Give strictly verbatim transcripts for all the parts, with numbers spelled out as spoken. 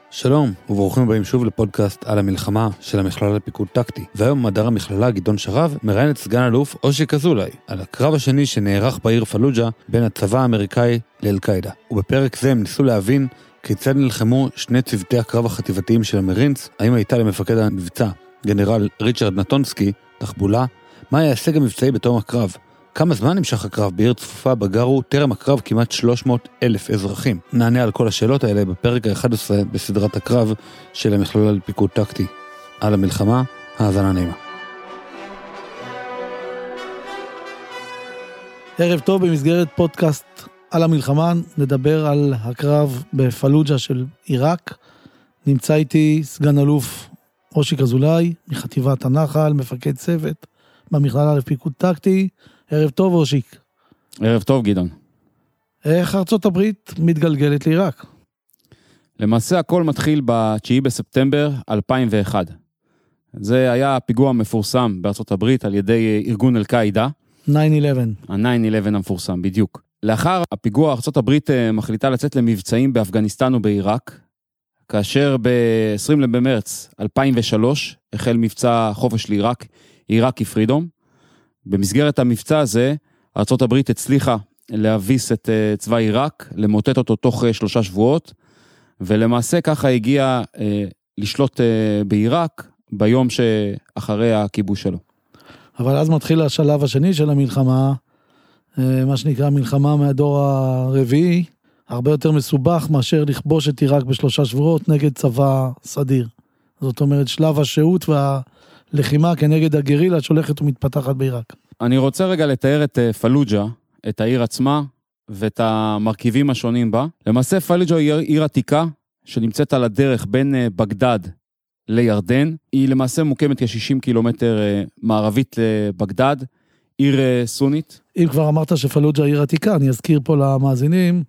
שלום, וברוכים הבאים שוב לפודקאסט על המלחמה של המכללה לפיקוד טקטי. והיום מדר המכללה גדעון שרב מראיין את סגן אלוף אושיק אזולאי על הקרב השני שנערך בעיר פלוג'ה בין הצבא האמריקאי לאל-קאעידה. ובפרק זה הם ניסו להבין כיצד נלחמו שני צוותי הקרב החטיבתיים של המרינס, האם הייתה למפקד המבצע גנרל ריצ'רד נטונסקי תחבולה, מה היה ההישג המבצעי בתום הקרב, כמה זמן נמשך הקרב בעיר צפופה בגרו טרם הקרב כמעט שלוש מאות אלף אזרחים. נענה על כל השאלות האלה בפרק ה-אחד עשר בסדרת הקרב של המכללה לפיקוד טקטי. על המלחמה, האזנה נעימה. ערב טוב, במסגרת פודקאסט על המלחמה נדבר על הקרב בפלוג'ה של עיראק. נמצא איתי סגן אלוף אושיק אזולאי מחטיבת הנחל, מפקד צוות במכללה לפיקוד טקטי. ערב טוב אושיק. ערב טוב גדעון. איך ארצות הברית מתגלגלת לעיראק? למעשה הכל מתחיל ב-תשיעי בספטמבר אלפיים ואחת. זה היה פיגוע מפורסם בארצות הברית על ידי ארגון אל-קאעידה. תשע אחת עשרה. ה-תשע אחת עשרה המפורסם, בדיוק. לאחר הפיגוע ארצות הברית מחליטה לצאת למבצעים באפגניסטן ובעיראק, כאשר ב-עשרים במרץ אלפיים ושלוש החל מבצע חופש לעיראק, עיראקי פרידום. במסגרת המבצע הזה, ארצות הברית הצליחה להביס את צבא עיראק, למוטט אותו תוך שלושה שבועות, ולמעשה ככה הגיע אה, לשלוט אה, בעיראק ביום שאחרי הכיבוש שלו. אבל אז מתחיל השלב השני של המלחמה, אה, מה שנקרא מלחמה מהדור הרביעי, הרבה יותר מסובך מאשר לכבוש את עיראק בשלושה שבועות נגד צבא סדיר. זאת אומרת, שלב השהות והלחימה כנגד הגרילה שהולכת ומתפתחת בעיראק. אני רוצה רגע לתאר את פלוג'ה, את העיר עצמה, ואת המרכיבים השונים בה. למעשה פלוג'ה היא עיר עתיקה, שנמצאת על הדרך בין בגדד לירדן. היא למעשה מוקמת כ-שישים קילומטר מערבית לבגדד, עיר סונית. אם כבר אמרת שפלוג'ה עיר עתיקה, אני אזכיר פה למאזינים,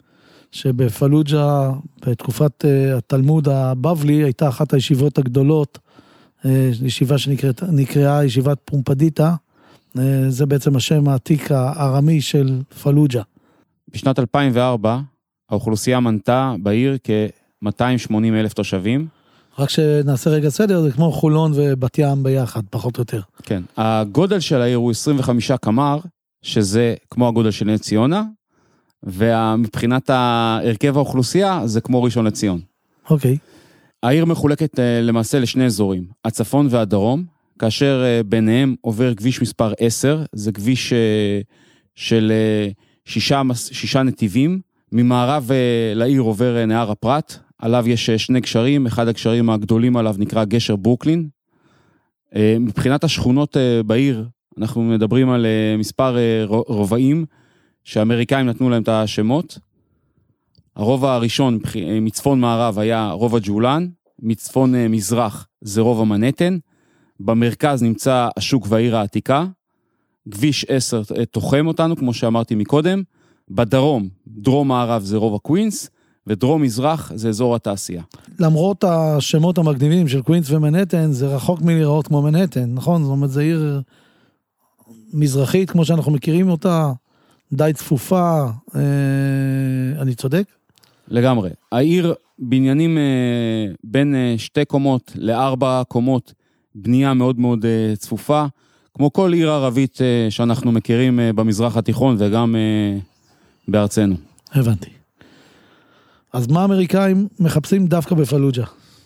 שבפלוג'ה, בתקופת התלמוד הבבלי, הייתה אחת הישיבות הגדולות, ישיבה שנקראה ישיבת פומפדיטה, זה בעצם השם העתיק הארמי של פלוג'ה. בשנת אלפיים וארבע, האוכלוסייה מנתה בעיר כ-מאתיים ושמונים אלף תושבים. רק שנעשה רגע סדר, זה כמו חולון ובת ים ביחד, פחות או יותר. כן, הגודל של העיר הוא עשרים וחמישה קמ"ר, שזה כמו הגודל של נס ציונה, ומבחינת הרכב האוכלוסייה, זה כמו ראשון לציון. אוקיי. העיר מחולקת למעשה לשני אזורים, הצפון והדרום, כאשר ביניהם עובר כביש מספר עשר, זה כביש של שישה, שישה נתיבים, ממערב לעיר עובר נהר הפרת, עליו יש שני גשרים, אחד הגשרים הגדולים עליו נקרא גשר ברוקלין. מבחינת השכונות בעיר, אנחנו מדברים על מספר רובעים, שהאמריקאים נתנו להם את השמות. הרובע הראשון מצפון מערב היה רובע ג'ולן, מצפון מזרח זה רובע מנהטן, במרכז נמצא השוק והעיר העתיקה, כביש עשר תוחם אותנו, כמו שאמרתי מקודם, בדרום, דרום מערב זה רובע קווינס, ודרום מזרח זה אזור התעשייה. למרות השמות המגניבים של קווינס ומנהטן, זה רחוק מלהיראות כמו מנהטן, נכון? זאת אומרת, זה עיר מזרחית, כמו שאנחנו מכירים אותה, די צפופה, אה, אני צודק? לגמרי. העיר בניינים אה, בין אה, שתי קומות לארבע קומות, בנייה מאוד מאוד אה, צפופה, כמו כל עיר ערבית אה, שאנחנו מכירים אה, במזרח התיכון וגם אה, בארצנו. הבנתי. אז מה האמריקאים מחפשים דווקא בפלוג'ה?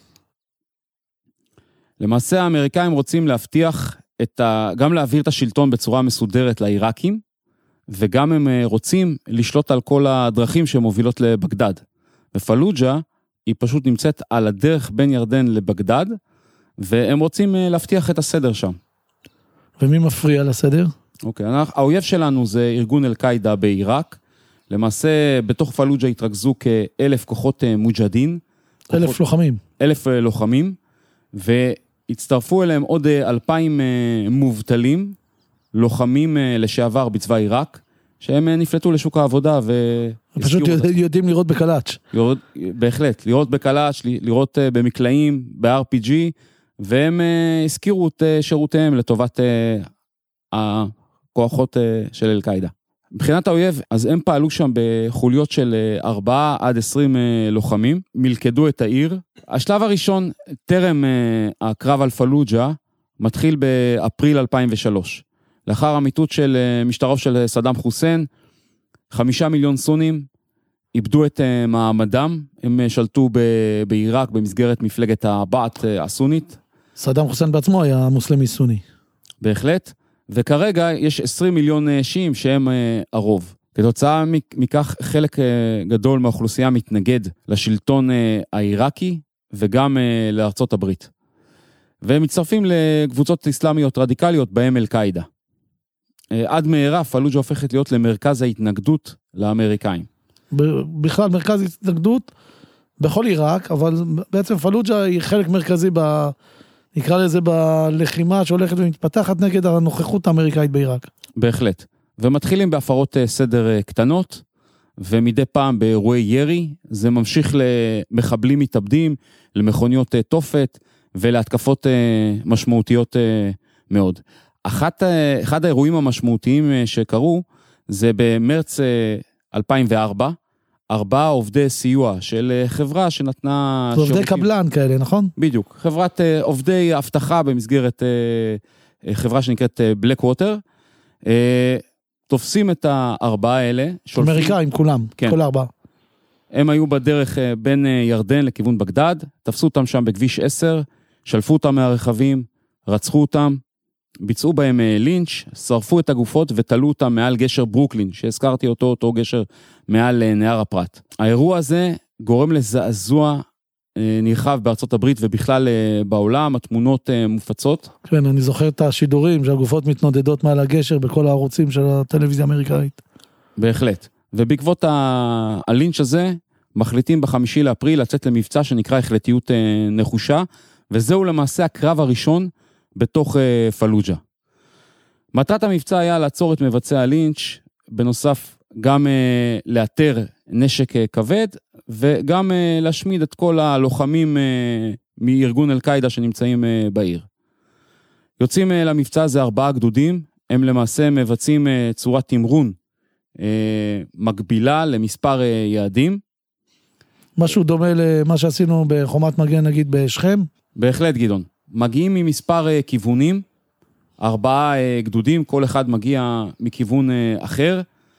למעשה האמריקאים רוצים להבטיח את ה... גם להעביר את השלטון בצורה מסודרת לעיראקים, וגם הם רוצים לשלוט על כל הדרכים שמובילות לבגדד. ופלוג'ה היא פשוט נמצאת על הדרך בין ירדן לבגדד, והם רוצים להבטיח את הסדר שם. ומי מפריע לסדר? אוקיי, האויב שלנו זה ארגון אל-קאעידה בעיראק, למעשה בתוך פלוג'ה התרכזו כאלף כוחות מוג'הדין. אלף כוחות, לוחמים. אלף לוחמים, והצטרפו אליהם עוד אלפיים מובטלים, לוחמים לשעבר בצבא עיראק, שהם נפלטו לשוק העבודה ו... פשוט יודעים לראות בקלאץ'. בהחלט, לראות בקלאץ', לראות במקלעים, ב-אר פי ג'י, והם הזכירו את שירותיהם לטובת הכוחות של אל-קאעידה. מבחינת האויב, אז הם פעלו שם בחוליות של ארבעה עד עשרים לוחמים, מלכדו את העיר. השלב הראשון, טרם הקרב על פלוג'ה, מתחיל באפריל אלפיים ושלוש. לאחר המיטוט של משטרו של סדאם חוסיין, חמישה מיליון סונים איבדו את מעמדם, הם שלטו בעיראק במסגרת מפלגת הבעת הסונית. סדאם חוסיין בעצמו היה מוסלמי סוני. בהחלט. וכרגע יש עשרים מיליון שיעים שהם הרוב. כתוצאה מכך חלק גדול מהאוכלוסייה מתנגד לשלטון העיראקי וגם לארצות הברית. והם מצטרפים לקבוצות אסלאמיות רדיקליות בהם אל-קאידה. עד מהרה פלוג'ה הופכת להיות למרכז ההתנגדות לאמריקאים. בכלל מרכז התנגדות בכל עיראק, אבל בעצם פלוג'ה היא חלק מרכזי ב... נקרא לזה בלחימה שהולכת ומתפתחת נגד הנוכחות האמריקאית בעיראק. בהחלט. ומתחילים בהפרות סדר קטנות, ומדי פעם באירועי ירי, זה ממשיך למחבלים מתאבדים, למכוניות תופת, ולהתקפות משמעותיות מאוד. אחת, אחד האירועים המשמעותיים שקרו, זה במרץ אלפיים וארבע, ארבעה עובדי סיוע של חברה שנתנה... עובדי שירותים. קבלן כאלה, נכון? בדיוק. חברת עובדי הבטחה במסגרת חברה שנקראת בלק ווטר. תופסים את הארבעה האלה. שולפים... אמריקאים כולם, כן. כל ארבעה. הם היו בדרך בין ירדן לכיוון בגדד, תפסו אותם שם בכביש עשר, שלפו אותם מהרכבים, רצחו אותם, ביצעו בהם לינץ', שרפו את הגופות ותלו אותם מעל גשר ברוקלין, שהזכרתי אותו, אותו גשר מעל נהר הפרת. האירוע הזה גורם לזעזוע נרחב בארצות הברית ובכלל בעולם, התמונות מופצות. כן, אני זוכר את השידורים שהגופות מתנודדות מעל הגשר בכל הערוצים של הטלוויזיה האמריקאית. בהחלט. ובעקבות ה... הלינץ' הזה מחליטים בחמישי לאפריל לצאת למבצע שנקרא החלטיות נחושה, וזהו למעשה הקרב הראשון בתוך פלוג'ה. מטרת המבצע היה לעצור את מבצע הלינץ', בנוסף גם לאתר נשק כבד, וגם להשמיד את כל הלוחמים מארגון אל-קאידה שנמצאים בעיר. יוצאים למבצע הזה ארבעה גדודים, הם למעשה מבצעים צורת תמרון מקבילה למספר יעדים. משהו דומה למה שעשינו בחומת מגן נגיד בשכם? בהחלט גדעון. מגיעים ממספר כיוונים, ארבעה גדודים, כל אחד מגיע מכיוון אחר,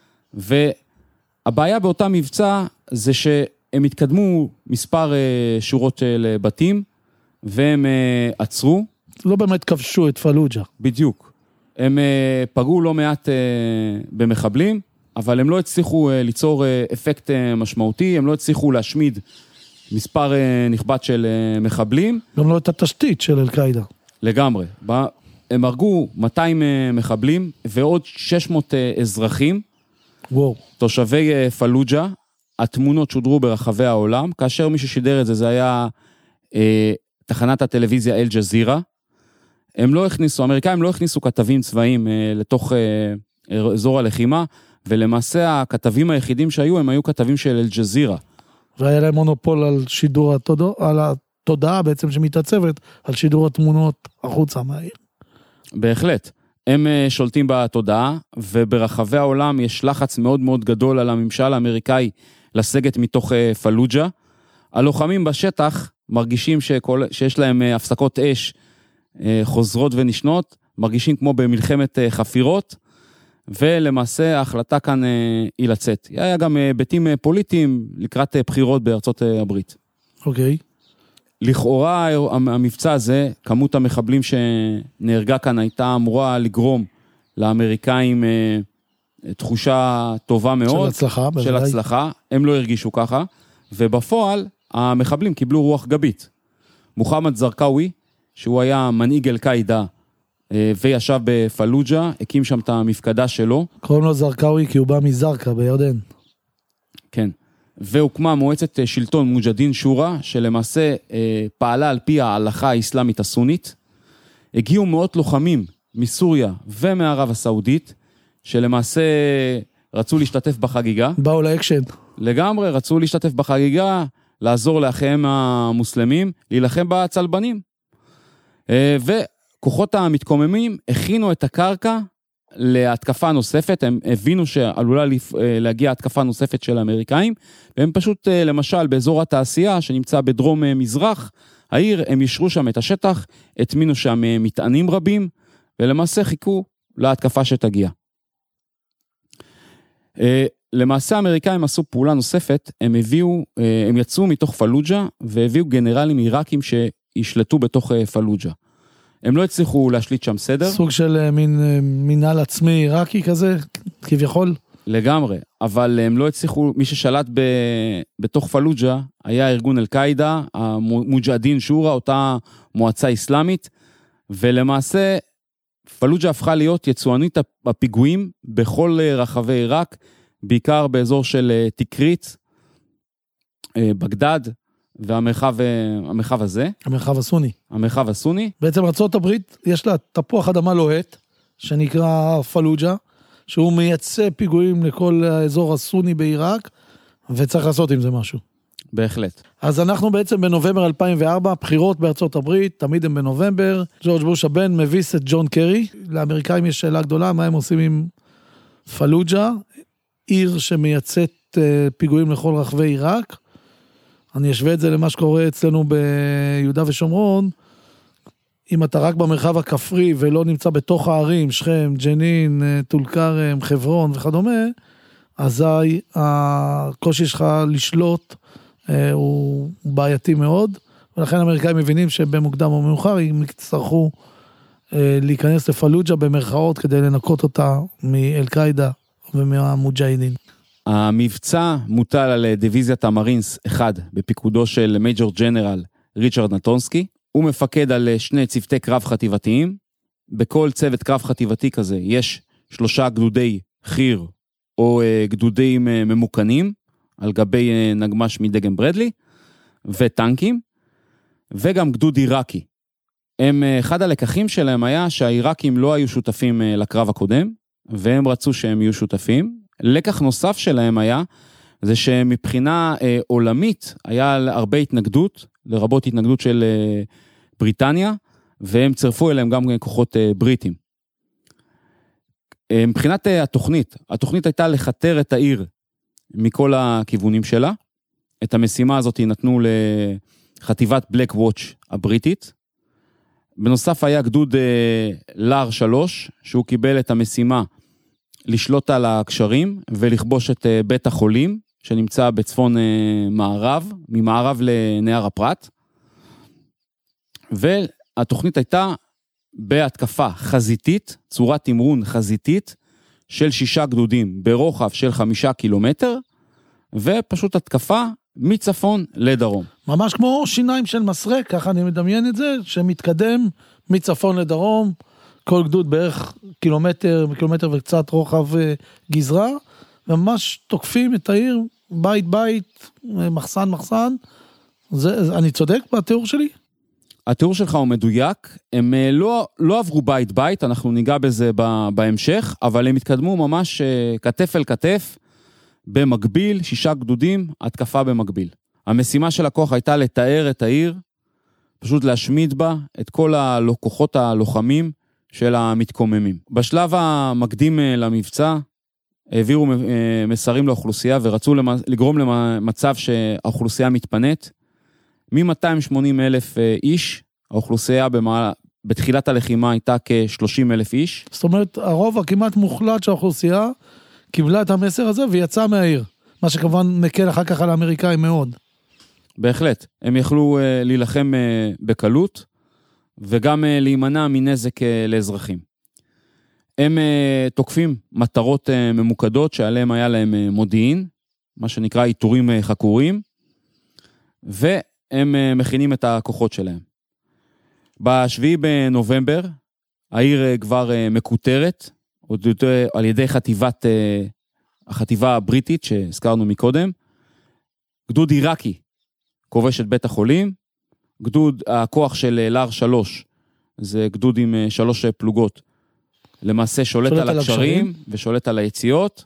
והבעיה באותה מבצע זה שהם התקדמו מספר שורות של בתים, והם עצרו. לא באמת כבשו את פלוג'ה. בדיוק. הם פגעו לא מעט במחבלים, אבל הם לא הצליחו ליצור אפקט משמעותי, הם לא הצליחו להשמיד מספר נכבד של מחבלים. גם לא את התשתית של אל-קאידה. לגמרי. הם הרגו מאתיים מחבלים ועוד שש מאות אזרחים. וואו. תושבי פלוג'ה. התמונות שודרו ברחבי העולם, כאשר מי ששידר את זה, זה היה אה, תחנת הטלוויזיה אל-ג'זירה. הם לא הכניסו, האמריקאים לא הכניסו כתבים צבאיים אה, לתוך אה, אזור הלחימה, ולמעשה הכתבים היחידים שהיו, הם היו כתבים של אל-ג'זירה. והיה להם מונופול על שידור התודעה, על התודעה בעצם שמתעצבת, על שידור התמונות החוצה מהעיר. בהחלט. הם שולטים בתודעה, וברחבי העולם יש לחץ מאוד מאוד גדול על הממשל האמריקאי לסגת מתוך פלוג'ה. הלוחמים בשטח מרגישים שכל, שיש להם הפסקות אש חוזרות ונשנות, מרגישים כמו במלחמת חפירות, ולמעשה ההחלטה כאן היא לצאת. היה גם ביתים פוליטיים לקראת בחירות בארצות הברית. אוקיי. לכאורה המבצע הזה, כמות המחבלים שנהרגה כאן הייתה אמורה לגרום לאמריקאים תחושה טובה מאוד. של הצלחה. של בוודאי. הצלחה. הם לא הרגישו ככה, ובפועל המחבלים קיבלו רוח גבית. מוחמד זרקאווי, שהוא היה מנהיג אל-קאידה, וישב בפלוג'ה, הקים שם את המפקדה שלו. קוראים לו זרקאווי כי הוא בא מזרקה בירדן. כן. והוקמה מועצת שלטון מוג'דין שורה, שלמעשה פעלה על פי ההלכה האסלאמית הסונית. הגיעו מאות לוחמים מסוריה ומערב הסעודית, שלמעשה רצו להשתתף בחגיגה. באו לאקשן. לגמרי, רצו להשתתף בחגיגה, לעזור לאחיהם המוסלמים, להילחם בצלבנים. וכוחות המתקוממים הכינו את הקרקע להתקפה נוספת, הם הבינו שעלולה להגיע התקפה נוספת של האמריקאים, והם פשוט, למשל, באזור התעשייה, שנמצא בדרום מזרח, העיר, הם ישרו שם את השטח, הטמינו שם מטענים רבים, ולמעשה חיכו להתקפה שתגיע. למעשה האמריקאים עשו פעולה נוספת, הם הביאו, הם יצאו מתוך פלוג'ה, והביאו גנרלים עיראקים שישלטו בתוך פלוג'ה. הם לא הצליחו להשליט שם סדר. סוג של מין מנהל עצמי עיראקי כזה, כביכול? לגמרי, אבל הם לא הצליחו, מי ששלט ב, בתוך פלוג'ה, היה ארגון אל-קאידה, המוג'הדין שורה, אותה מועצה אסלאמית, ולמעשה, פלוג'ה הפכה להיות יצואנית הפיגועים בכל רחבי עיראק, בעיקר באזור של תקרית, בגדד, והמרחב המרחב הזה. המרחב הסוני. המרחב הסוני. בעצם ארצות הברית, יש לה תפוח אדמה לוהט, שנקרא פלוג'ה, שהוא מייצא פיגועים לכל האזור הסוני בעיראק, וצריך לעשות עם זה משהו. בהחלט. אז אנחנו בעצם בנובמבר אלפיים וארבע, בחירות בארצות הברית, תמיד הם בנובמבר, ג'ורג' בוש הבן מביס את ג'ון קרי, לאמריקאים יש שאלה גדולה, מה הם עושים עם פלוג'ה, עיר שמייצאת פיגועים לכל רחבי עיראק, אני אשווה את זה למה שקורה אצלנו ביהודה ושומרון, אם אתה רק במרחב הכפרי ולא נמצא בתוך הערים, שכם, ג'נין, טול כרם, חברון וכדומה, אזי הקושי שלך לשלוט הוא בעייתי מאוד, ולכן האמריקאים מבינים שבמוקדם או מאוחר הם יצטרכו להיכנס לפלוג'ה במרכאות כדי לנקות אותה מאל-קאידה ומהמוג'הדין. המבצע מוטל על דיוויזיית המרינס אחד בפיקודו של מייג'ור ג'נרל ריצ'רד נטונסקי, הוא מפקד על שני צוותי קרב חטיבתיים, בכל צוות קרב חטיבתי כזה יש שלושה גדודי חיר או גדודים ממוקנים, על גבי נגמש מדגם ברדלי, וטנקים, וגם גדוד עיראקי. הם, אחד הלקחים שלהם היה שהעיראקים לא היו שותפים לקרב הקודם, והם רצו שהם יהיו שותפים. לקח נוסף שלהם היה, זה שמבחינה אה, עולמית, היה הרבה התנגדות, לרבות התנגדות של אה, בריטניה, והם צרפו אליהם גם כוחות אה, בריטים. אה, מבחינת אה, התוכנית, התוכנית הייתה לחתר את העיר, מכל הכיוונים שלה, את המשימה הזאת נתנו לחטיבת בלק וואץ' הבריטית, בנוסף היה גדוד אה, לאר שלוש, שהוא קיבל את המשימה, לשלוט על הקשרים ולכבוש את בית החולים, שנמצא בצפון מערב, ממערב לנהר הפרת. והתוכנית הייתה בהתקפה חזיתית, צורת תמרון חזיתית, של שישה גדודים ברוחב של חמישה קילומטר, ופשוט התקפה מצפון לדרום. ממש כמו שיניים של מסרק, ככה אני מדמיין את זה, שמתקדם מצפון לדרום, כל גדוד בערך קילומטר, קילומטר וקצת רוחב גזרה, וממש תוקפים את העיר, בית בית, מחסן מחסן. זה, אני צודק בתיאור שלי? התיאור שלך הוא מדויק, הם לא, לא עברו בית בית, אנחנו ניגע בזה בהמשך, אבל הם התקדמו ממש כתף אל כתף, במקביל, שישה גדודים, התקפה במקביל. המשימה של הכוח הייתה לתאר את העיר, פשוט להשמיד בה את כל הכוחות הלוחמים, של המתקוממים. בשלב המקדים למבצע, העבירו מסרים לאוכלוסייה, ורצו לגרום למצב שהאוכלוסייה מתפנית. מ-מאתיים ושמונים אלף איש, האוכלוסייה בתחילת הלחימה הייתה כ-שלושים אלף איש. זאת אומרת, הרוב הכמעט מוחלט של האוכלוסייה, קיבלה את המסר הזה ויצאה מהעיר. מה שכמובן מקל אחר כך על האמריקאים מאוד. בהחלט. הם יכלו להילחם בקלות, וגם להימנע מנזק לאזרחים. הם תוקפים מטרות ממוקדות שעליהם היה להם מודיעין, מה שנקרא איתורים חקורים, והם מכינים את הכוחות שלהם. בשביעי בנובמבר, העיר כבר מקוטרת, על ידי חטיבת, החטיבה הבריטית שהזכרנו מקודם, גדוד עיראקי כובש את בית החולים, גדוד, הכוח של לאר שלוש, זה גדוד עם שלוש פלוגות, למעשה שולט, שולט על, על הקשרים, ושולט על היציאות,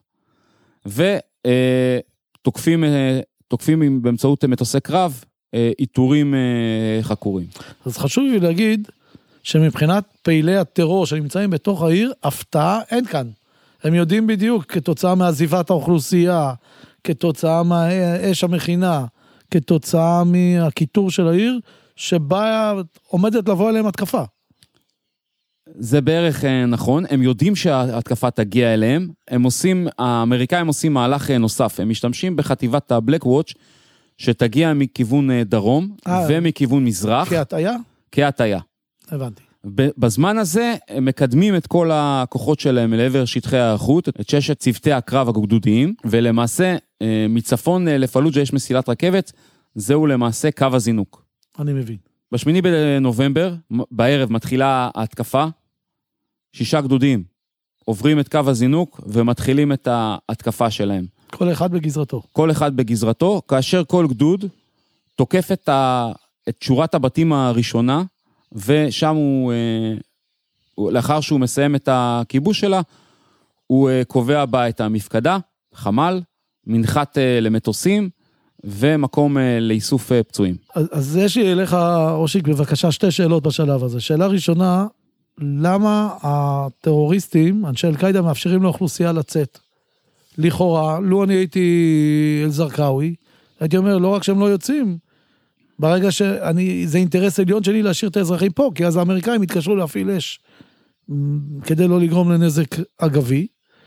ותוקפים תוקפים באמצעות מטוסי קרב, איתורים חקורים. אז חשוב לי להגיד, שמבחינת פעילי הטרור שנמצאים בתוך העיר, הפתעה אין כאן. הם יודעים בדיוק, כתוצאה מעזיבת האוכלוסייה, כתוצאה מהאש המכינה, כתוצאה מהכיתור של העיר, שבה עומדת לבוא אליהם התקפה. זה בערך נכון, הם יודעים שההתקפה תגיע אליהם, הם עושים, האמריקאים עושים מהלך נוסף, הם משתמשים בחטיבת הבלק וואץ' שתגיע מכיוון דרום 아, ומכיוון מזרח. כהטיה? כהטיה. הבנתי. בזמן הזה הם מקדמים את כל הכוחות שלהם לעבר שטחי הערכות, את ששת צוותי הקרב הגדודיים, ולמעשה מצפון לפלוג'ה יש מסילת רכבת, זהו למעשה קו הזינוק. אני מבין. בשמיני בנובמבר, בערב מתחילה ההתקפה, שישה גדודים עוברים את קו הזינוק ומתחילים את ההתקפה שלהם. כל אחד בגזרתו. כל אחד בגזרתו, כאשר כל גדוד תוקף את, ה... את שורת הבתים הראשונה, ושם הוא, לאחר שהוא מסיים את הכיבוש שלה, הוא קובע בה את המפקדה, חמ"ל, מנחת למטוסים, ומקום לאיסוף פצועים. אז, אז יש לי אליך, אושיק, בבקשה, שתי שאלות בשלב הזה. שאלה ראשונה, למה הטרוריסטים, אנשי אל-קאידה, מאפשרים לאוכלוסייה לצאת? לכאורה, לו אני הייתי אל-זרקאוי, הייתי אומר, לא רק שהם לא יוצאים, ברגע שאני, זה אינטרס עליון שלי להשאיר את האזרחים פה, כי אז האמריקאים התקשרו להפעיל אש, כדי לא לגרום לנזק אגבי.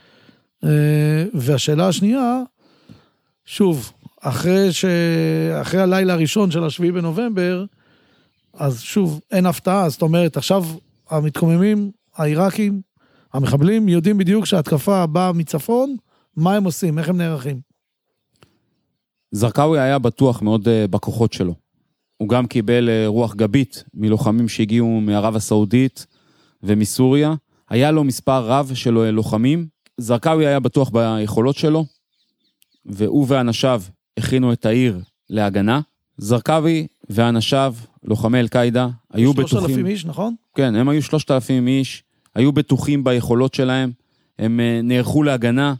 והשאלה השנייה, שוב, אחרי ש... אחרי הלילה הראשון של השביעי בנובמבר, אז שוב, אין הפתעה, זאת אומרת, עכשיו המתקוממים, העיראקים, המחבלים, יודעים בדיוק שההתקפה באה מצפון, מה הם עושים, איך הם נערכים. זרקאוי היה בטוח מאוד בכוחות שלו. הוא גם קיבל רוח גבית מלוחמים שהגיעו מערב הסעודית ומסוריה. היה לו מספר רב של לוחמים. זרקאוי היה בטוח ביכולות שלו, והוא ואנשיו הכינו את העיר להגנה. זרקאוי ואנשיו, לוחמי אל-קאידה, היו בטוחים... שלושת אלפים איש, נכון? כן, הם היו שלושת אלפים איש, היו בטוחים ביכולות שלהם, הם נערכו להגנה,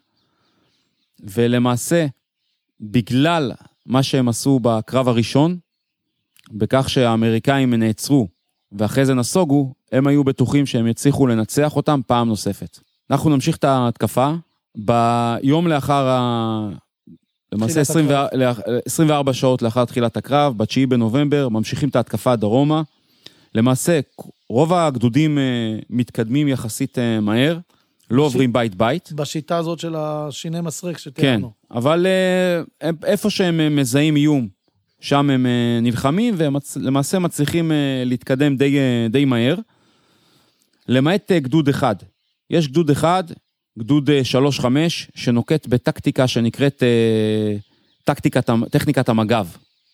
ולמעשה, בגלל מה שהם עשו בקרב הראשון, בכך שהאמריקאים נעצרו, ואחרי זה נסוגו, הם היו בטוחים שהם יצליחו לנצח אותם פעם נוספת. אנחנו נמשיך את ההתקפה, ביום לאחר ה... למעשה עשרים וארבע שעות לאחר תחילת הקרב, בתשיעי בנובמבר, ממשיכים את ההתקפה דרומה. למעשה, רוב הגדודים מתקדמים יחסית מהר, לא עוברים בית בית. בשיטה הזאת של השיני מסרק שתיארנו. כן, אבל איפה שהם מזהים איום, שם הם נלחמים, ולמעשה מצליחים להתקדם די, די מהר. למעט גדוד אחד. יש גדוד אחד, גדוד שלוש חמש, שנוקט בטקטיקה שנקראת טקטיקת, טכניקת המג"ב.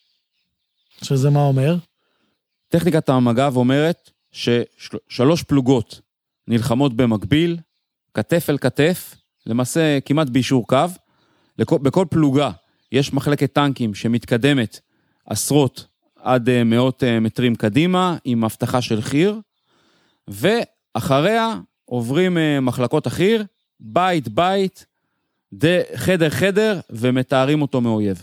שזה מה אומר? טכניקת המג"ב אומרת ששלוש פלוגות נלחמות במקביל, כתף אל כתף, למעשה כמעט בישור קו. בכל פלוגה יש מחלקת טנקים שמתקדמת עשרות עד מאות מטרים קדימה, עם הבטחה של חיר, ואחריה עוברים מחלקות החיר, בית בית, חדר חדר, ומתארים אותו מאויב.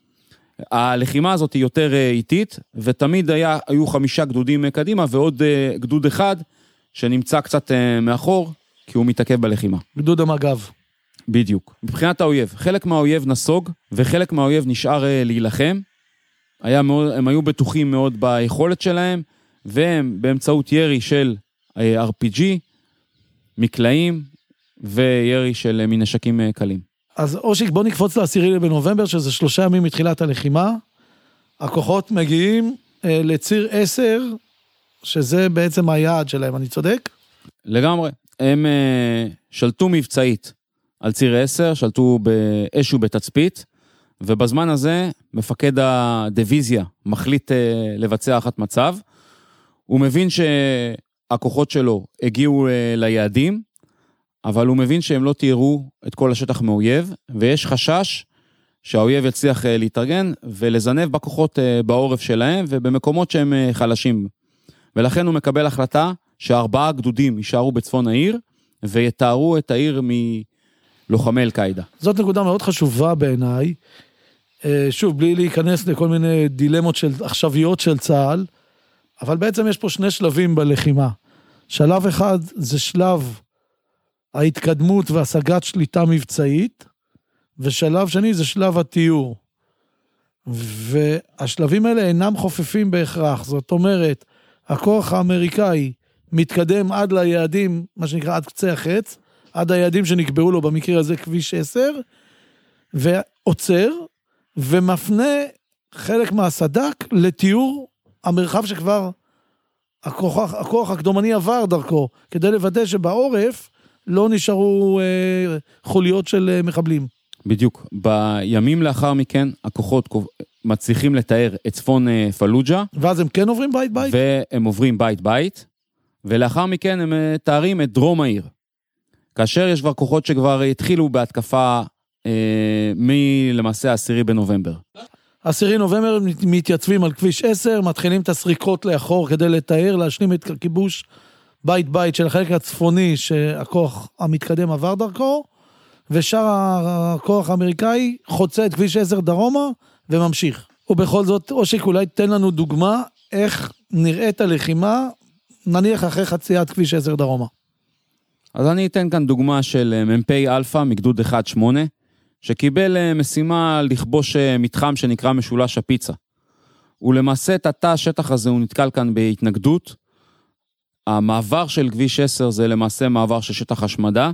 הלחימה הזאת היא יותר איטית, ותמיד היה, היו חמישה גדודים קדימה, ועוד גדוד אחד שנמצא קצת מאחור, כי הוא מתעכב בלחימה. גדוד המג"ב. בדיוק. מבחינת האויב, חלק מהאויב נסוג, וחלק מהאויב נשאר להילחם. היה מאוד, הם היו בטוחים מאוד ביכולת שלהם, והם באמצעות ירי של אר פי ג'י, מקלעים, וירי של מנשקים קלים. אז אושיק, בוא נקפוץ לעשירי בנובמבר, שזה שלושה ימים מתחילת הלחימה. הכוחות מגיעים אה, לציר עשר, שזה בעצם היעד שלהם, אני צודק? לגמרי. הם אה, שלטו מבצעית על ציר עשר, שלטו באש ובתצפית, ובזמן הזה מפקד הדיוויזיה מחליט אה, לבצע אחת מצב. הוא מבין שהכוחות שלו הגיעו אה, ליעדים, אבל הוא מבין שהם לא תיארו את כל השטח מאויב, ויש חשש שהאויב יצליח להתארגן ולזנב בכוחות בעורף שלהם, ובמקומות שהם חלשים. ולכן הוא מקבל החלטה שארבעה גדודים יישארו בצפון העיר, ויתארו את העיר מלוחמי אל-קאידה. זאת נקודה מאוד חשובה בעיניי. שוב, בלי להיכנס לכל מיני דילמות של עכשוויות של צה"ל, אבל בעצם יש פה שני שלבים בלחימה. שלב אחד זה שלב ההתקדמות והשגת שליטה מבצעית, ושלב שני זה שלב התיאור. והשלבים האלה אינם חופפים בהכרח, זאת אומרת, הכוח האמריקאי מתקדם עד ליעדים, מה שנקרא עד קצה החץ, עד היעדים שנקבעו לו במקרה הזה כביש עשר, ועוצר, ומפנה חלק מהסדק לתיאור המרחב שכבר הכוח, הכוח הקדומני עבר דרכו, כדי לוודא שבעורף לא נשארו אה, חוליות של אה, מחבלים. בדיוק. בימים לאחר מכן, הכוחות מצליחים לתאר את צפון אה, פלוג'ה. ואז הם כן עוברים בית בית? והם עוברים בית בית, ולאחר מכן הם תארים את דרום העיר. כאשר יש כבר כוחות שכבר התחילו בהתקפה אה, מלמעשה העשירי בנובמבר. עשירי נובמבר מתייצבים על כביש עשר, מתחילים את הסריקות לאחור כדי לתאר, להשלים את הכיבוש בית בית של החלק הצפוני שהכוח המתקדם עבר דרכו, ושאר הכוח האמריקאי חוצה את כביש עשר דרומה וממשיך. ובכל זאת, אושיק, אולי תן לנו דוגמה איך נראית הלחימה, נניח אחרי חציית כביש עשר דרומה. אז אני אתן כאן דוגמה של ממפי אלפא מגדוד אחד שמונה, שקיבל משימה לכבוש מתחם שנקרא משולש הפיצה. ולמעשה את התא השטח הזה הוא נתקל כאן בהתנגדות. המעבר של כביש עשר זה למעשה מעבר של שטח השמדה,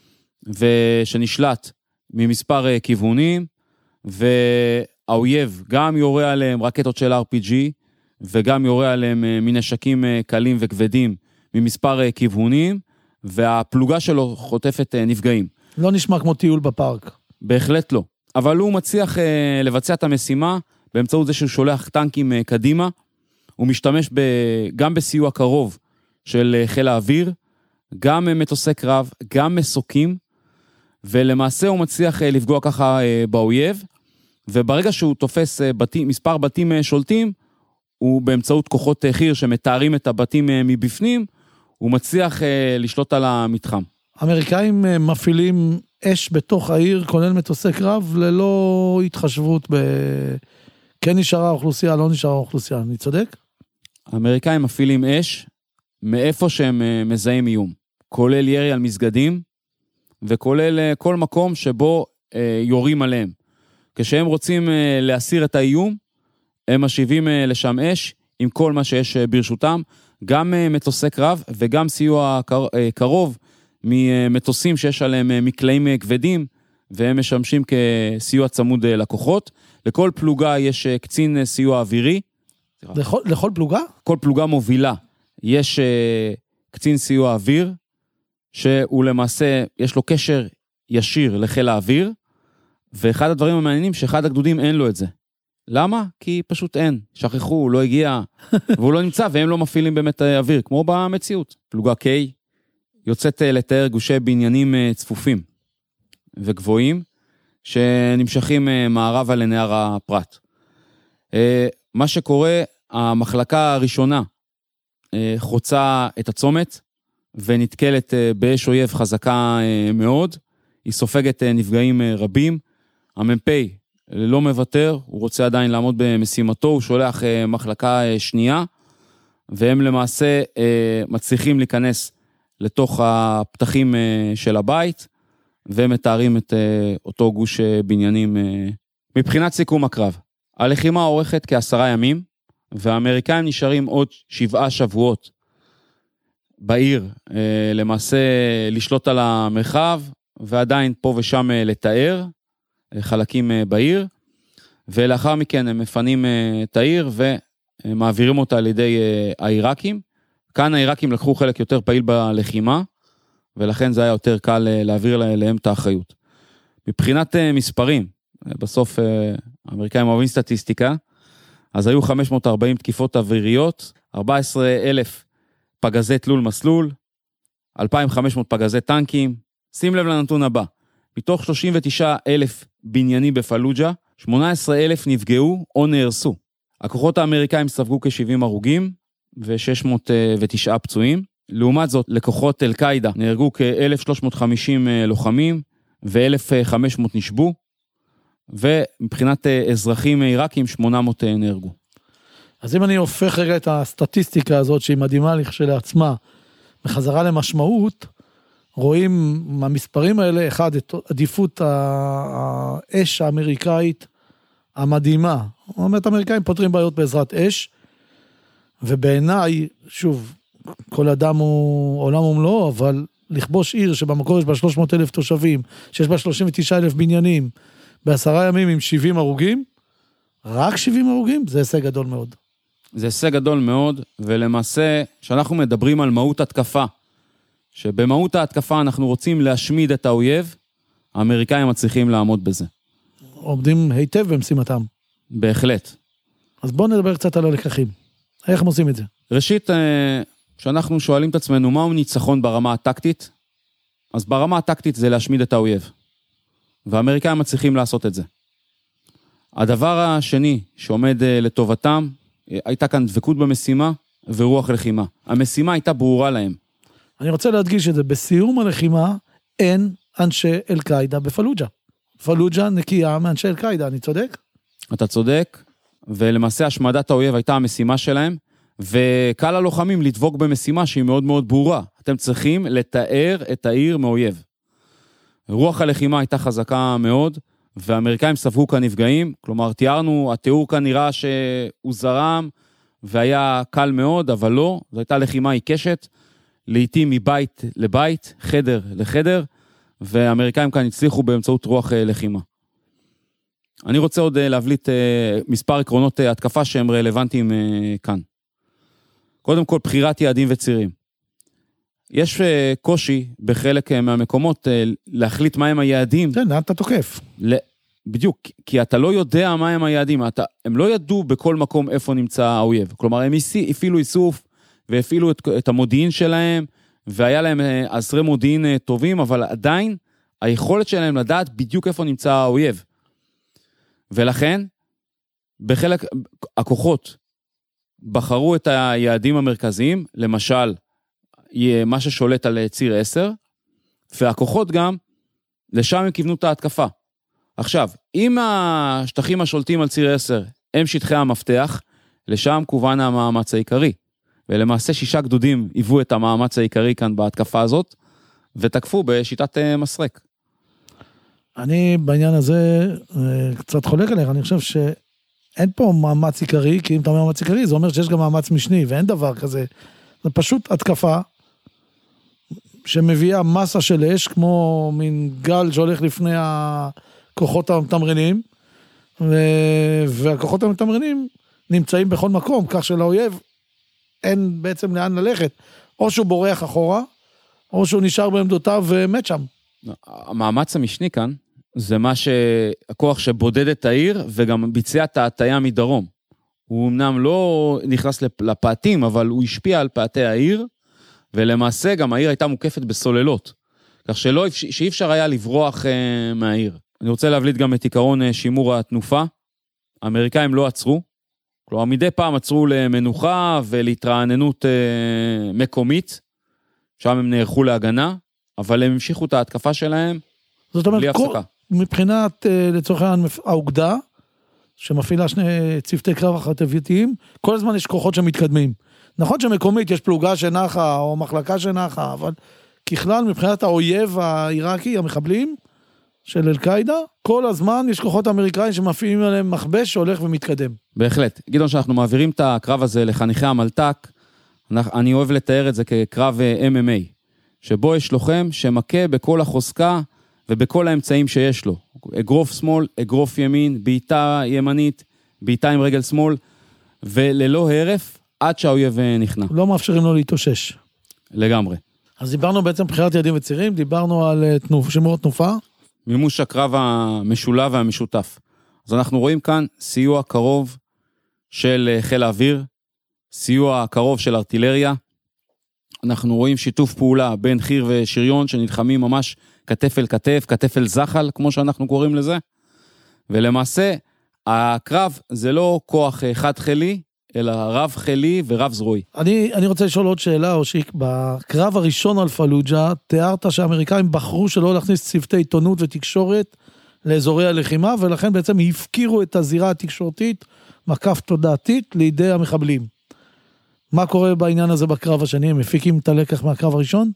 ושנשלט ממספר כיוונים, והאויב גם יורה עליהם רקטות של אר פי ג'י, וגם יורה עליהם מנשקים קלים וכבדים ממספר כיוונים, והפלוגה שלו חוטפת נפגעים. לא נשמע כמו טיול בפארק. בהחלט לא. אבל הוא מצליח לבצע את המשימה, באמצעות זה שהוא שולח טנקים קדימה, הוא משתמש גם בסיוע קרוב של חיל האוויר, גם מטוסי קרב, גם מסוקים, ולמעשה הוא מצליח לפגוע ככה באויב, וברגע שהוא תופס בתים, מספר בתים שולטים, הוא באמצעות כוחות חיר שמתארים את הבתים מבפנים, הוא מצליח לשלוט על המתחם. האמריקאים מפעילים אש בתוך העיר, כולל מטוסי קרב, ללא התחשבות ב... כן נשארה האוכלוסייה, לא נשארה האוכלוסייה, אני צודק? האמריקאים מפעילים אש מאיפה שהם מזהים איום, כולל ירי על מסגדים, וכולל כל מקום שבו יורים עליהם. כשהם רוצים להסיר את האיום, הם משיבים לשם אש עם כל מה שיש ברשותם, גם מטוסי קרב וגם סיוע קרוב ממטוסים שיש עליהם מקלעים כבדים, והם משמשים כסיוע צמוד לקוחות. לכל פלוגה יש קצין סיוע אווירי. לכל, לכל פלוגה? כל פלוגה מובילה. יש קצין סיוע אוויר, שהוא למעשה, יש לו קשר ישיר לחיל האוויר, ואחד הדברים המעניינים שאחד הגדודים אין לו את זה. למה? כי פשוט אין. שכחו, הוא לא הגיע, והוא לא נמצא, והם לא מפעילים באמת אוויר, כמו במציאות. פלוגה K יוצאת לתאר גושי בניינים צפופים וגבוהים, שנמשכים מערבה לנהר הפרת. מה שקורה, המחלקה הראשונה חוצה את הצומת, ונתקלת באש אויב חזקה מאוד, היא סופגת נפגעים רבים, הממפי לא מוותר, הוא רוצה עדיין לעמוד במשימתו, הוא שולח מחלקה שנייה, והם למעשה מצליחים להיכנס לתוך הפתחים של הבית, והם מתארים את אותו גוש בניינים. מבחינת סיכום הקרב, הלחימה עורכת כעשרה ימים, והאמריקאים נשארים עוד שבעה שבועות בעיר, למעשה לשלוט על המרחב, ועדיין פה ושם לתאר חלקים בעיר, ולאחר מכן הם מפנים את העיר ומעבירים אותה על ידי העיראקים. כאן העיראקים לקחו חלק יותר פעיל בלחימה, ולכן זה היה יותר קל להעביר אליהם את האחריות. מבחינת מספרים, בסוף האמריקאים אוהבים סטטיסטיקה, אז היו חמש מאות וארבעים תקיפות אוויריות, ארבעה עשר אלף פגזי תלול מסלול, אלפיים וחמש מאות פגזי טנקים. שים לב לנתון הבא, מתוך שלושים ותשעה אלף בניינים בפלוג'ה, שמונה עשר אלף נפגעו או נהרסו. הכוחות האמריקאים ספגו כ-שבעים הרוגים ו-שש מאות ותשעה פצועים. לעומת זאת, לכוחות אל-קאידה נהרגו כ-אלף שלוש מאות וחמישים לוחמים ו-אלף וחמש מאות נשבו, ומבחינת אזרחים עיראקים שמונה מאות נהרגו. אז אם אני הופך רגע את הסטטיסטיקה הזאת, שהיא מדהימה לכשלעצמה, בחזרה למשמעות, רואים מהמספרים האלה, אחד, את עדיפות האש האמריקאית המדהימה. זאת אומרת, האמריקאים פותרים בעיות בעזרת אש, ובעיניי, שוב, כל אדם הוא עולם ומלואו, אבל לכבוש עיר שבמקור יש בה שלוש מאות אלף תושבים, שיש בה שלושים ותשעה אלף בניינים, בעשרה ימים עם שבעים הרוגים, רק שבעים הרוגים, זה הישג גדול מאוד. זה הישג גדול מאוד, ולמעשה, שאנחנו מדברים על מהות התקפה, שבמהות ההתקפה אנחנו רוצים להשמיד את האויב, האמריקאים מצליחים לעמוד בזה. עומדים היטב במשימתם. בהחלט. אז בואו נדבר קצת על הלקחים. איך הם עושים את זה? ראשית, כשאנחנו שואלים את עצמנו, מהו ניצחון ברמה הטקטית? אז ברמה הטקטית זה להשמיד את האויב. והאמריקאים מצליחים לעשות את זה. הדבר השני שעומד לטובתם, הייתה כאן דבקות במשימה ורוח לחימה. המשימה הייתה ברורה להם. אני רוצה להדגיש את זה, בסיום הלחימה אין אנשי אל-קאידה בפלוג'ה. פלוג'ה נקייה מאנשי אל-קאידה, אני צודק? אתה צודק, ולמעשה השמדת האויב הייתה המשימה שלהם, וקל הלוחמים לדבוק במשימה שהיא מאוד מאוד ברורה. אתם צריכים לתאר את העיר מאויב. רוח הלחימה הייתה חזקה מאוד, והאמריקאים ספגו כאן נפגעים, כלומר תיארנו, התיאור כאן נראה שהוא זרם, והיה קל מאוד, אבל לא, זו הייתה לחימה עיקשת, לעתים מבית לבית, חדר לחדר, והאמריקאים כאן הצליחו באמצעות רוח לחימה. אני רוצה עוד להבליט מספר עקרונות התקפה שהם רלוונטיים כאן. קודם כל, בחירת יעדים וצירים. יש קושי בחלק מהמקומות להחליט מהם היעדים. כן, לאן אתה תוקף. בדיוק, כי אתה לא יודע מהם היעדים. אתה, הם לא ידעו בכל מקום איפה נמצא האויב. כלומר, הם הפעילו איסוף והפעילו את, את המודיעין שלהם, והיה להם עשרי מודיעין טובים, אבל עדיין היכולת שלהם לדעת בדיוק איפה נמצא האויב. ולכן, בחלק, הכוחות בחרו את היעדים המרכזיים, למשל, מה ששולט על ציר עשר, והכוחות גם, לשם הם כיוונו את ההתקפה. עכשיו, אם השטחים השולטים על ציר עשר, הם שטחי המפתח, לשם כוון המאמץ העיקרי. ולמעשה שישה גדודים היוו את המאמץ העיקרי כאן בהתקפה הזאת, ותקפו בשיטת מסרק. אני בעניין הזה קצת חולק עליך, אני חושב שאין פה מאמץ עיקרי, כי אם אתה אומר מאמץ עיקרי, זה אומר שיש גם מאמץ משני, ואין דבר כזה. זה פשוט התקפה, שמביאה מסה של אש, כמו מין גל שהולך לפני הכוחות המתמרנים, והכוחות המתמרנים נמצאים בכל מקום, כך שלאויב אין בעצם לאן ללכת, או שהוא בורח אחורה, או שהוא נשאר בעמדותיו ומת שם. המאמץ המשני כאן, זה מה שהכוח שבודד את העיר, וגם ביצע את ההטיה מדרום. הוא אמנם לא נכנס לפעתים, אבל הוא השפיע על פעתי העיר, ולמעשה גם העיר הייתה מוקפת בסוללות, כך שלא, שאי אפשר היה לברוח uh, מהעיר. אני רוצה להבליט גם את עיקרון uh, שימור התנופה. האמריקאים לא עצרו, כלומר מדי פעם עצרו למנוחה ולהתרעננות uh, מקומית, שם הם נערכו להגנה, אבל הם המשיכו את ההתקפה שלהם זאת אומרת, בלי הפסקה. מבחינת, uh, לצורך העניין, האוגדה, שמפעילה שני צוותי קרב החטביתיים, כל הזמן יש כוחות שמתקדמים. נכון שמקומית יש פלוגה שנחה או מחלקה שנחה, אבל ככלל מבחינת האויב העיראקי, המחבלים של אל-קאידה, כל הזמן יש כוחות אמריקאים שמפעילים עליהם מכבש שהולך ומתקדם. בהחלט. גדעון, שאנחנו מעבירים את הקרב הזה לחניכי המלטק, אני אוהב לתאר את זה כקרב אם אם איי, שבו יש לוחם שמכה בכל החוזקה ובכל האמצעים שיש לו. אגרוף שמאל, אגרוף ימין, בעיטה ימנית, בעיטה עם רגל שמאל, וללא הרף, עד שהאויב נכנע. לא מאפשרים לו להתאושש. לגמרי. אז דיברנו בעצם בחירת יעדים וצירים, דיברנו על תנוף, שימור תנופה. מימוש הקרב המשולב והמשותף. אז אנחנו רואים כאן סיוע קרוב של חיל האוויר, סיוע קרוב של ארטילריה, אנחנו רואים שיתוף פעולה בין חיר ושריון שנלחמים ממש כתף אל כתף, כתף אל זחל, כמו שאנחנו קוראים לזה, ולמעשה הקרב זה לא כוח חד חילי, אלא רב חילי ורב זרועי. אני, אני רוצה לשאול עוד שאלה, אושיק, בקרב הראשון על פלוג'ה, תיארת שהאמריקאים בחרו שלא להכניס צוותי עיתונות ותקשורת לאזורי הלחימה, ולכן בעצם הפקירו את הזירה התקשורתית מקף תודעתית לידי המחבלים. מה קורה בעניין הזה בקרב השני? הם מפיקים את הלקח מהקרב הראשון?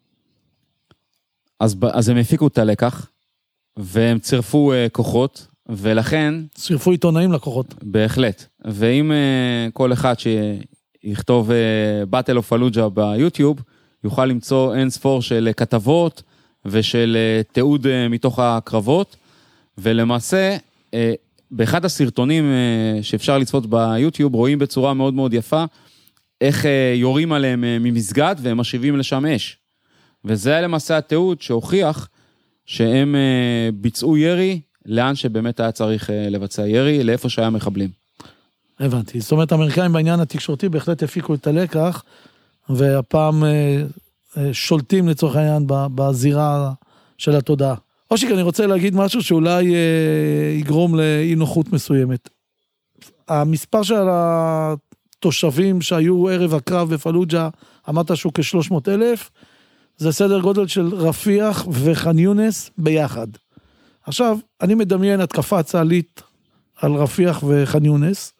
אז, אז הם הפיקו את הלקח, והם צירפו uh, כוחות, ולכן... צירפו עיתונאים לכוחות. בהחלט. ואם uh, כל אחד שיכתוב uh, Battle of Fallujah ביוטיוב, יוכל למצוא אין ספור של uh, כתבות, ושל uh, תיעוד uh, מתוך הקרבות, ולמעשה, uh, באחד הסרטונים uh, שאפשר לצפות ביוטיוב, רואים בצורה מאוד מאוד יפה, איך uh, יורים עליהם uh, ממסגד, והם משיבים לשם אש. וזה היה למעשה התיעוד שהוכיח שהם uh, ביצעו ירי, לאן שבאמת היה צריך uh, לבצע ירי, לאיפה שהיה מחבלים. הבנתי. זאת אומרת, האמריקאים בעניין התקשורתי בהחלט הפיקו את הלקח, והפעם uh, uh, שולטים לצורך העניין בזירה של התודעה. אושיק, אני רוצה להגיד משהו שאולי uh, יגרום לאי נוחות מסוימת. המספר של התושבים שהיו ערב הקרב בפלוג'ה, אמרת שהוא כ-שלוש מאות אלף, זה סדר גודל של רפיח וח'אן יונס ביחד. עכשיו, אני מדמיין התקפה צה"לית על רפיח וח'אן יונס.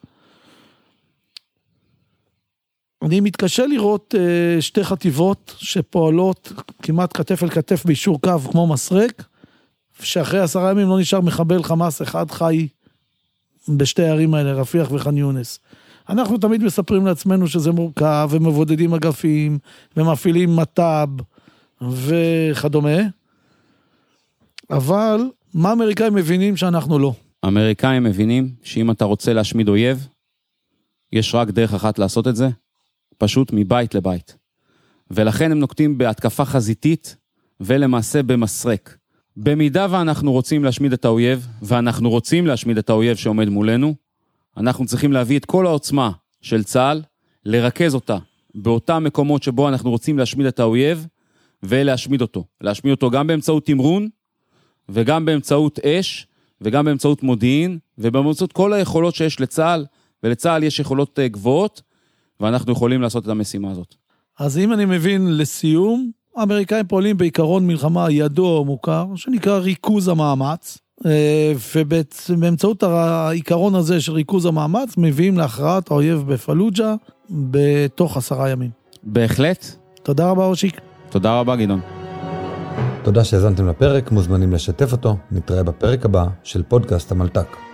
אני מתקשה לראות uh, שתי חטיבות שפועלות כמעט כתף אל כתף באישור קו כמו מסרק, שאחרי עשרה ימים לא נשאר מחבל חמאס אחד חי בשתי הערים האלה, רפיח וח'אן יונס. אנחנו תמיד מספרים לעצמנו שזה מורכב, ומבודדים אגפים, ומפעילים מט"ב, וכדומה. אבל מה האמריקאים מבינים שאנחנו לא? האמריקאים מבינים שאם אתה רוצה להשמיד אויב, יש רק דרך אחת לעשות את זה, פשוט מבית לבית. ולכן הם נוקטים בהתקפה חזיתית, ולמעשה במסרק. במידה ואנחנו רוצים להשמיד את האויב, ואנחנו רוצים להשמיד את האויב שעומד מולנו, אנחנו צריכים להביא את כל העוצמה של צה"ל, לרכז אותה באותם מקומות שבו אנחנו רוצים להשמיד את האויב, ולהשמיד אותו. להשמיד אותו גם באמצעות תמרון, וגם באמצעות אש, וגם באמצעות מודיעין, ובאמצעות כל היכולות שיש לצה"ל, ולצה"ל יש יכולות גבוהות, ואנחנו יכולים לעשות את המשימה הזאת. אז אם אני מבין לסיום, האמריקאים פועלים בעיקרון מלחמה ידוע או מוכר, שנקרא ריכוז המאמץ, ובאמצעות העיקרון הזה של ריכוז המאמץ, מביאים להכרעת האויב בפלוג'ה, בתוך עשרה ימים. בהחלט. תודה רבה, אושיק. תודה רבה, גדעון. תודה שהזנתם לפרק, מוזמנים לשתף אותו, נתראה בפרק הבא של פודקאסט המלתק.